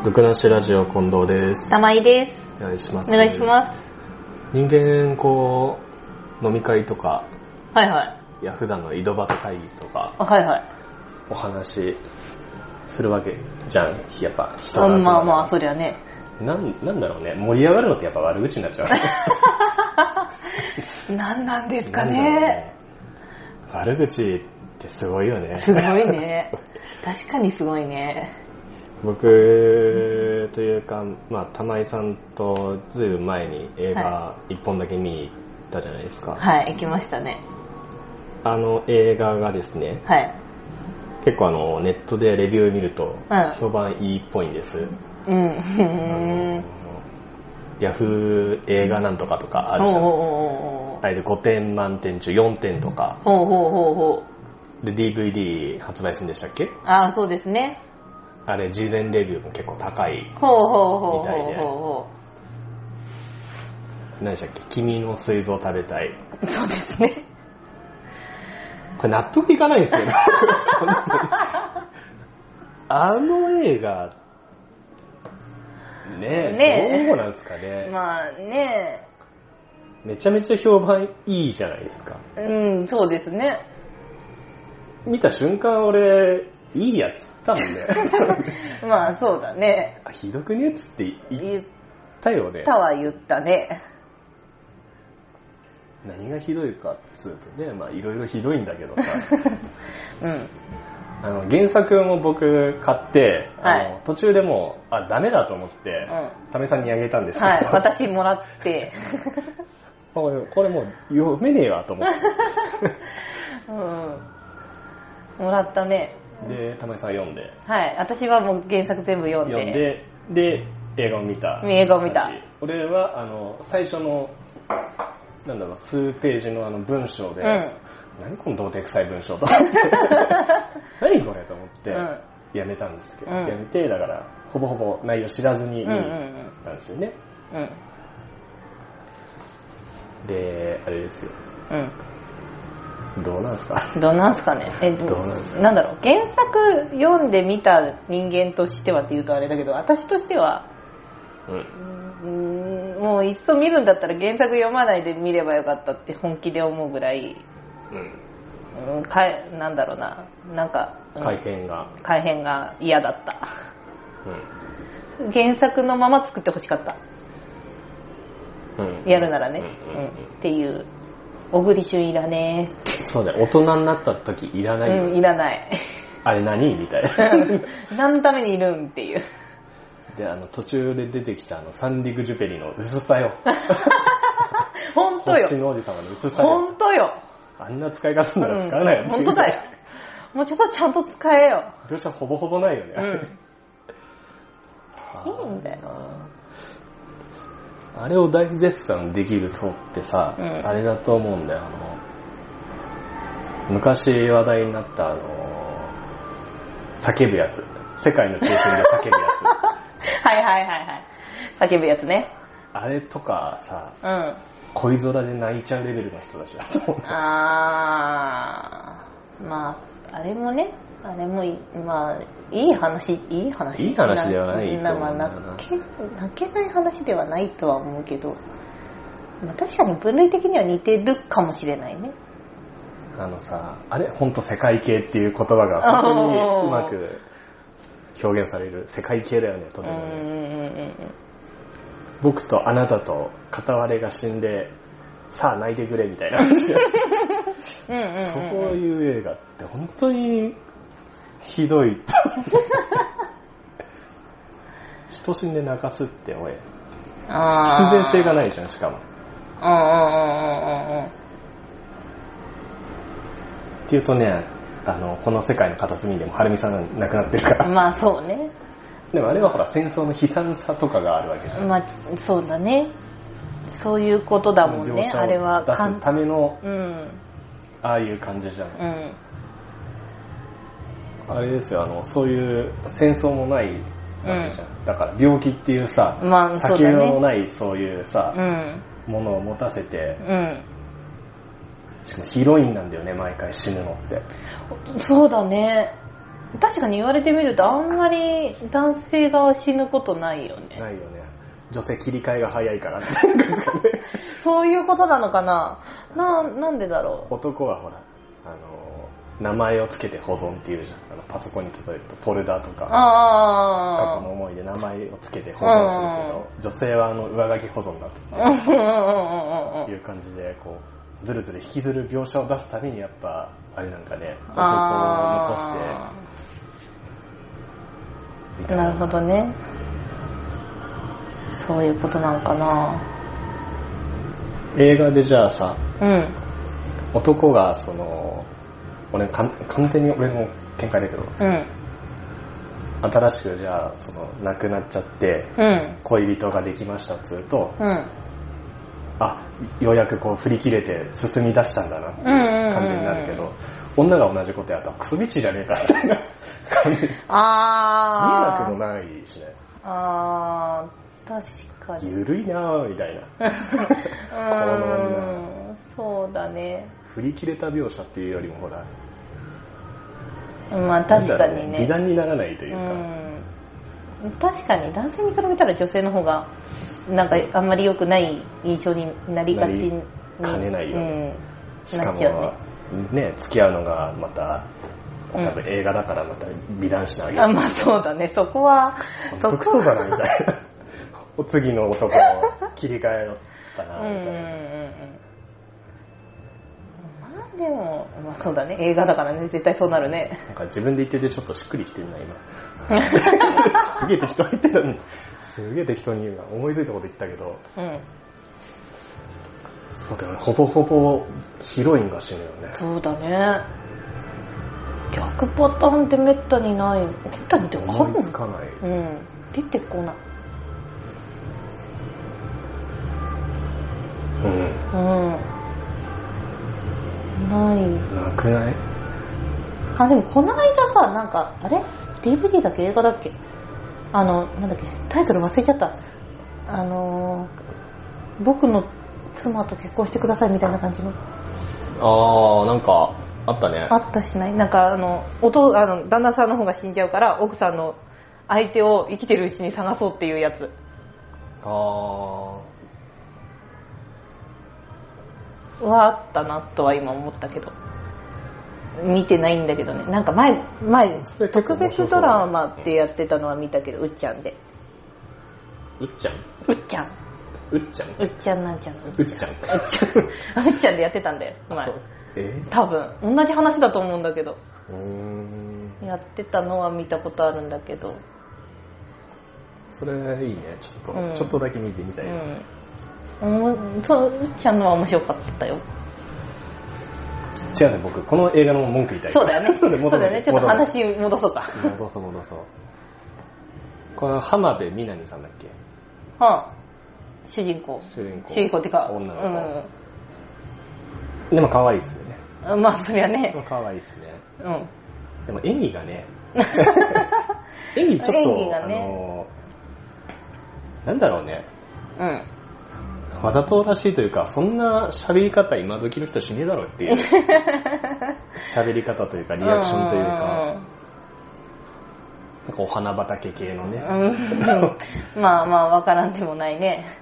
毒なしラジオ近藤です。 玉井です。 お願いします。 お願いします。 人間こう飲み会とか、 はいはい。 いや普段の井戸端会議とか、 はいはい。 お話するわけじゃん。やっぱ人が集まる。 まあまあそりゃね。 なんだろうね。盛り上がるのってやっぱ悪口になっちゃう。 なんですかね。 悪口ってすごいよね。 すごいね。確かにすごいね。 僕というか、まあ玉井さんとずいぶん前に映画一本だけ見に行ったじゃないですか。 はい、行きましたね。 あの映画がですね、 はい。 結構ネットでレビュー見ると評判いいっぽいんです。 うん。 ヤフー映画なんとかとかあるじゃん。あれで5点満点中4点とか。で DVD 発売するんでしたっけ？ ああ、そうですね。 あれ事前レビューも結構高いみたいで。何でしたっけ？君の膵臓食べたい。 そうですね。 これ納得いかないんですよね。あの映画ね、どうなんですかね。 まあね、 めちゃめちゃ評判いいじゃないですか。 うん、そうですね。 見た瞬間俺いいやつったもんね。 まあそうだね。 ひどくねっつって言ったよね。 言ったね。 何がひどいかっつうとね、まあいろいろひどいんだけどさ。 うん。 原作も僕買って、 はい、 途中でもうダメだと思って、タメさんにあげたんですけど、 はい、私もらってこれもう読めねえわと思って、 うん、もらったね。 でタメさん読んで、 はい、私はもう原作全部読んでで映画を見た。俺は最初のなんだろう、数ページの文章で、何この童貞臭い文章と思って何これと思ってやめたんですけど、やめて、だからほぼほぼ内容知らずに見たんですよね。であれですよ、どうなんすかね。 どうなんだろう、原作読んでみた人間としてはって言うとあれだけど、私としてはもういっそ見るんだったら原作読まないで見ればよかったって本気で思うぐらい、なんだろうな、なんか、 改編が嫌だった、原作のまま作ってほしかった、やるならね、っていう。小栗旬いらねえ。 そうだよ、大人になった時いらないよ、 いらない。あれ何みたいな。 何のためにいるんっていう。 で途中で出てきたサンディグ・ジュペリの薄さよ。 本当よ。 星の王子様の薄さよ。 本当よ。 あんな使い方なら使わないよ。 本当だよ。もうちょっとちゃんと使えよ。 描写ほぼほぼないよね。 いいんだよ。 あれを大絶賛できる層ってさ、あれだと思うんだよ。昔話題になった叫ぶやつ。世界の中心で叫ぶやつ。 はい。叫ぶやつね。 あれとかさ、恋空で泣いちゃうレベルの人たちだと思うんだよ。 まあ、あれもね、まあ、いい話ではないと思う。泣けない話ではないとは思うけど、確かに分類的には似てるかもしれないね。 あれほんと世界系っていう言葉が本当にうまく表現される。世界系だよね、とてもね。僕とあなたと片割れが死んで、さあ泣いてくれみたいな話。そういう映画って本当にひどい。人死んで泣かすっておい、必然性がないじゃん、しかも。っていうとね、この世界の片隅でもはるみさんが亡くなってるから。 まあそうね。 でもあれはほら戦争の悲惨さとかがあるわけじゃん。 まあそうだね。そういうことだもんね。あれは出すための、ああいう感じじゃん。あれですよ、そういう戦争もないわけじゃん。だから病気っていうさ、先のもないそういうさ、ものを持たせて、しかもヒロインなんだよね、毎回死ぬのって。 そうだね。 確かに言われてみるとあんまり男性が死ぬことないよね。 ないよね。女性切り替えが早いからみたいな感じかね。 そういうことなのかな。なんでだろう。 男はほら名前をつけて保存っていうじゃん。パソコンに例えるとフォルダとか過去の思いで名前をつけて保存するけど、女性は上書き保存だという感じでこうずるずる引きずる描写を出すためにやっぱあれなんかね、男を残してみたいな。 なるほどね。そういうことなんかな。 映画でじゃあさ、男が俺完全に俺の見解だけど、新しくじゃあ亡くなっちゃって、恋人ができましたっつうと、ようやくこう振り切れて進み出したんだなっていう感じになるけど、女が同じことやったらクソビッチじゃねえかみたいな感じ。見えなくもないしね。 確かに。 ゆるいなぁみたいな。この女。 そうだね。 振り切れた描写っていうよりもほら。 まあ確かにね。 美談にならないというか。 確かに男性に比べたら女性の方がなんかあんまり良くない印象になりがちにかねないよね。しかもね、付き合うのがまた多分映画だからまた美談しなきゃ。 まあそうだね。そこはほんとクソだなみたいな。お次の男を切り替えろったなみたいな。 まあでも、まあそうだね。映画だからね、絶対そうなるね。 なんか自分で言っててちょっとしっくりきてるな今。すげえ適当に言ってたのに、すげえ適当に言うな。思いついたこと言ったけど。そうだよね。ほぼほぼヒロインが死ぬよね。 そうだね。逆パターンってめったにない。めったにって思いつかない。 出てこない。ない。 なくない？ でもこの間さ、なんか、あれ ?DVD だっけ映画だっけなんだっけタイトル忘れちゃった。僕の妻と結婚してくださいみたいな感じの。 なんか、あったね。 あったしないなんか旦那さんの方が死んじゃうから、奥さんの相手を生きてるうちに探そうっていうやつ。はあったなとは今思ったけど、見てないんだけどね。なんか前特別ドラマってやってたのは見たけど、うっちゃんで。 うっちゃんなんちゃんでやってたんだよ前。多分同じ話だと思うんだけど、やってたのは見たことあるんだけど。 それいいね。ちょっとだけ見てみたいな。 うっちゃんのは面白かったよ。 違うね、僕この映画の文句言いたい。 そうだよね。そうだよね。ちょっと話戻そうか。 戻そう。この浜辺美波さんだっけ？ 主人公ってか女の子。でも可愛いっすよね。 まあそりゃね。 可愛いっすね。でも演技がね。演技ちょっとなんだろうね。わざとらしいというか、そんな喋り方今時の人しねえだろっていう喋り方というかリアクションというか、なんかお花畑系のね。 まあわからんでもないね。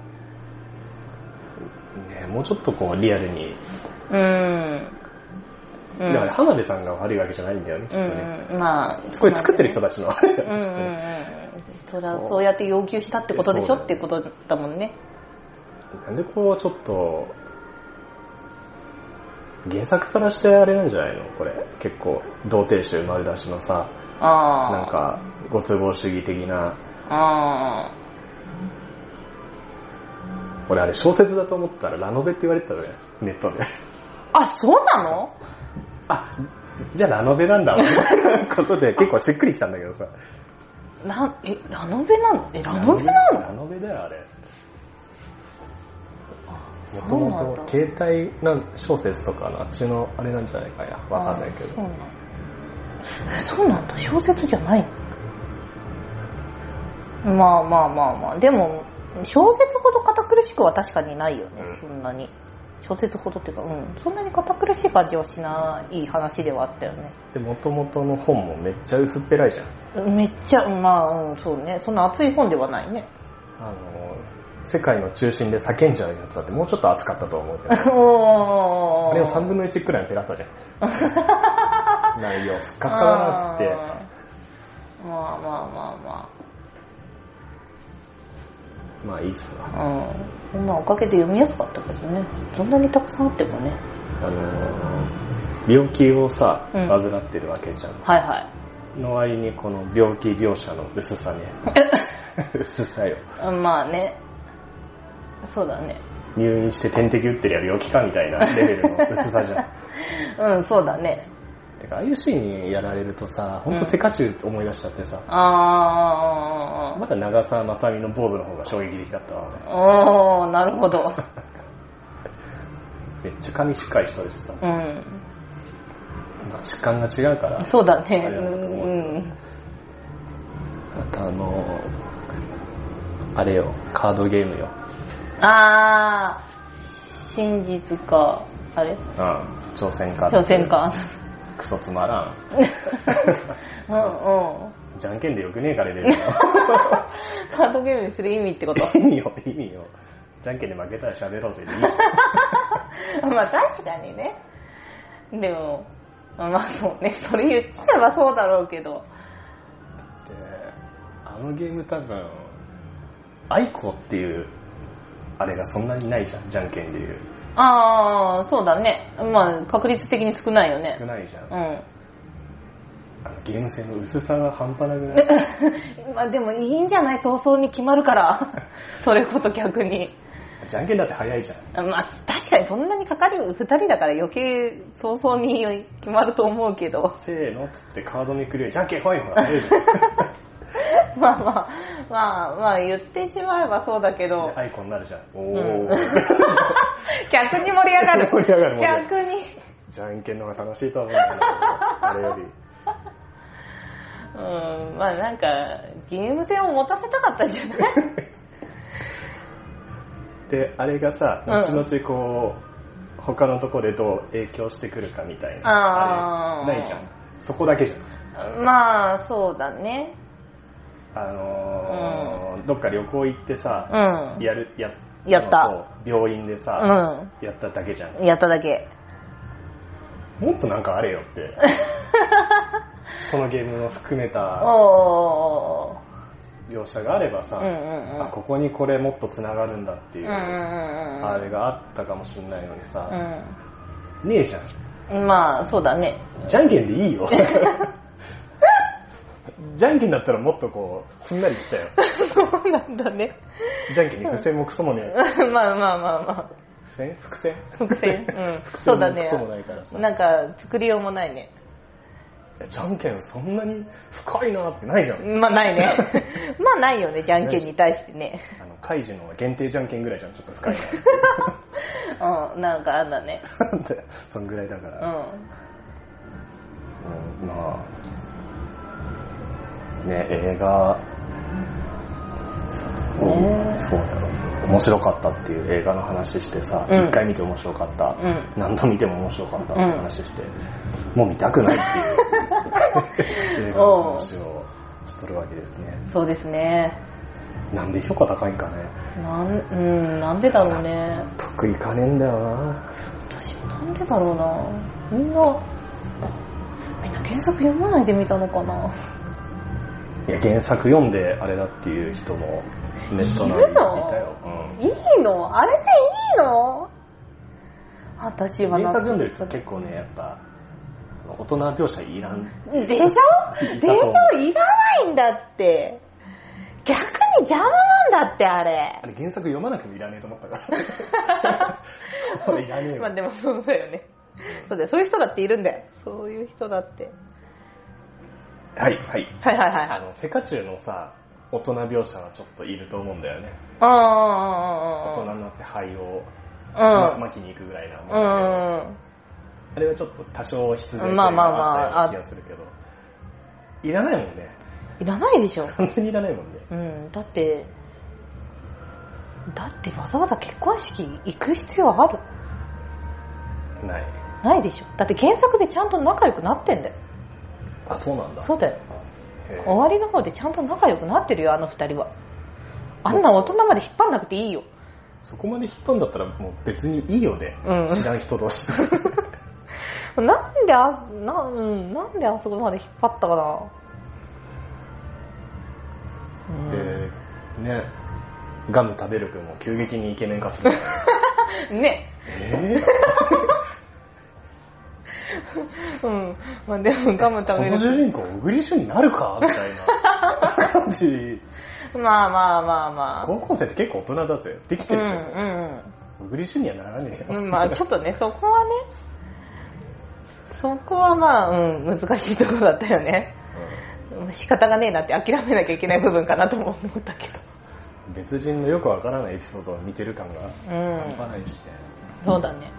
もうちょっとこうリアルに。だから浜辺さんが悪いわけじゃないんだよね、きっとね。これ作ってる人たちの。 そうやって要求したってことでしょっていうことだもんね。 なんでこうちょっと原作からしてあれなんじゃないのこれ。結構童貞臭丸出しのさ、なんかご都合主義的な。俺あれ小説だと思ったらラノベって言われてたのね、ネットで。 そうなの？ じゃあラノベなんだみたいなことで結構しっくりきたんだけどさ。 ラノベなの？ラノベなの？ ラノベだよあれ。もともと携帯小説とかのあっちのあれなんじゃないかや、わかんないけど。 そうなんだ、小説じゃないの？まあでも小説ほど堅苦しくは確かにないよね、そんなに。 小説ほどっていうか、そんなに堅苦しい感じはしない話ではあったよね。 で、元々の本もめっちゃ薄っぺらいじゃん。 めっちゃ、そうね。そんな熱い本ではないね。 世界の中心で叫んじゃうやつだってもうちょっと熱かったと思うけど。あれも3分の1くらいのペラさじゃん。内容、スカスカだなっつって。まあいいっすわ。 おかげで読みやすかったけどね。そんなにたくさんあってもね。 病気をさ、患ってるわけじゃん。 はいはい。 の割にこの病気描写の薄さね。薄さよ。 まあね。そうだね。 入院して点滴打ってりゃ病気かみたいなレベルの薄さじゃん。 そうだね。 てか、ああいうシーンにやられるとさ、ほんとセカチュウって思い出しちゃってさ。まだ長澤まさみの坊主の方が衝撃的だったわね。 なるほど。 めっちゃ髪しっかりしとるしさ。まあ、疾患が違うから。 そうだね。 あとあれよ、カードゲームよ。 真実か、あれ？ 挑戦か。クソつまらん。じゃんけんでよくねえから出るの。 カードゲームにする意味ってこと？ 意味よ。じゃんけんで負けたら喋ろうぜでいいよ。 まあ確かにね。でも、まあそうね、それ言っちゃえばそうだろうけど。 だってあのゲーム多分アイコっていうあれがそんなにないじゃん、じゃんけんでいう。 そうだね。まあ確率的に少ないよね。 少ないじゃん。ゲーム性の薄さが半端なくない？ まあでもいいんじゃない？早々に決まるから。それこそ逆に。 じゃんけんだって早いじゃん。 まあ確かにそんなにかかる2人だから余計早々に決まると思うけど。 せーのっつってカードめくるよりじゃんけんほいほら早いじゃん。 まあ言ってしまえばそうだけど。 アイコンになるじゃん。 逆に盛り上がる。 盛り上がる。 逆に。 じゃんけんの方が楽しいと思うんだけど、あれより。 まあなんかゲーム性を持たせたかったんじゃない？で、 あれがさ、後々こう、他のところでどう影響してくるかみたいな。あれないじゃん。そこだけじゃん。 まあそうだね。 どっか旅行行ってさ、 やった。 病院でさ、やっただけじゃん。 やっただけ。 もっとなんかあれよって。このゲームの含めた描写があればさ、ここにこれもっとつながるんだっていう、あれがあったかもしれないのにさ、ねえじゃん。まあそうだね。 じゃんけんでいいよ。じゃんけんだったらもっとこうすんなりきたよ。 そうなんだね。 じゃんけんに付箋もクソもねえ。まあ。 伏線。 そうだね。 クソもないからさ。 なんか作りようもないね。 じゃんけんそんなに深いなってないじゃん。 まあないね。まあないよね、じゃんけんに対してね。 カイジの限定じゃんけんぐらいじゃん、ちょっと深いな。なんかあんだね。 そんぐらいだから。まあね、映画そうだろう、面白かったっていう映画の話してさ、一回見て面白かった、何度見ても面白かったって話して、もう見たくないっていう映画の話をしとるわけですね。 そうですね。 なんで評価高いんかね。 なんでだろうね。 得意かねえんだよな。 私もなんでだろうな。みんな原作読まないで見たのかな。 いや、原作読んであれだっていう人もネットのいたよ。 いいの？あれでいいの？私は原作読んでる人は結構ね、やっぱ大人描写いらん。 でしょいらないんだって。逆に邪魔なんだって、あれ原作読まなくてもいらねえと思ったからこれいらねえよ。 まあでもそうだよね。そうだよ、そういう人だっているんだよ。そういう人だって。 はい。セカチュウのさ、大人描写はちょっといると思うんだよね。大人になって肺を巻きに行くぐらいなもん。あれはちょっと多少必然があったような気がするけど、いらないもんね。 いらないでしょ。 完全にいらないもんね。だってわざわざ結婚式行く必要ある？ ないでしょ。だって原作でちゃんと仲良くなってんだよ。 あ、そうなんだ。 そうだよ。終わりの方でちゃんと仲良くなってるよ、あの二人は。あんな大人まで引っ張んなくていいよ。 そこまで引っ張んだったらもう別にいいよね、知らん人同士。 なんであそこまで引っ張ったかな。 で、ね、ガム食べる君も急激にイケメン化する。 ね。まあでもガム食べる。 この主人公小栗旬になるかみたいな感じ。 まあ。 高校生って結構大人だぜ。できてるけど。小栗旬にはならねえよ。 まあちょっとね、そこはまあ、難しいところだったよね。仕方がねえなって諦めなきゃいけない部分かなとも思ったけど。 別人のよくわからないエピソードを見てる感が半端ないしね。 そうだね。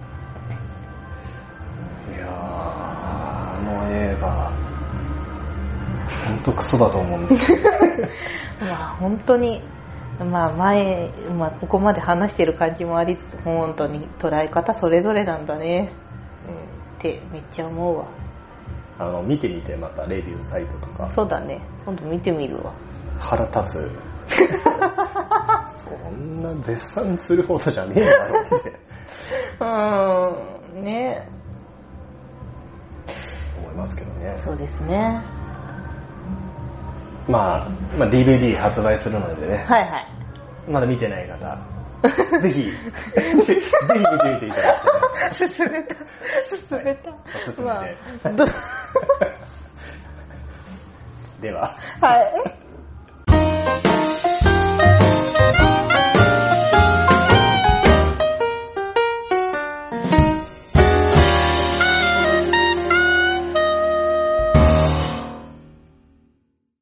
いやー、あの映画、ほんとクソだと思うんですよ。 まあ本当に、ここまで話してる感じもありつつ、本当に捉え方それぞれなんだね。ってめっちゃ思うわ。 見てみて、またレビューサイトとか。 そうだね、今度見てみるわ。 腹立つ。そんな絶賛するほどじゃねえだろって。 ね、 思いますけどね。 そうですね。 まあ DVD 発売するのでね。 はいはい。 まだ見てない方、ぜひ見てみていただきたい。 進めた。 おすすめで。では。 はい。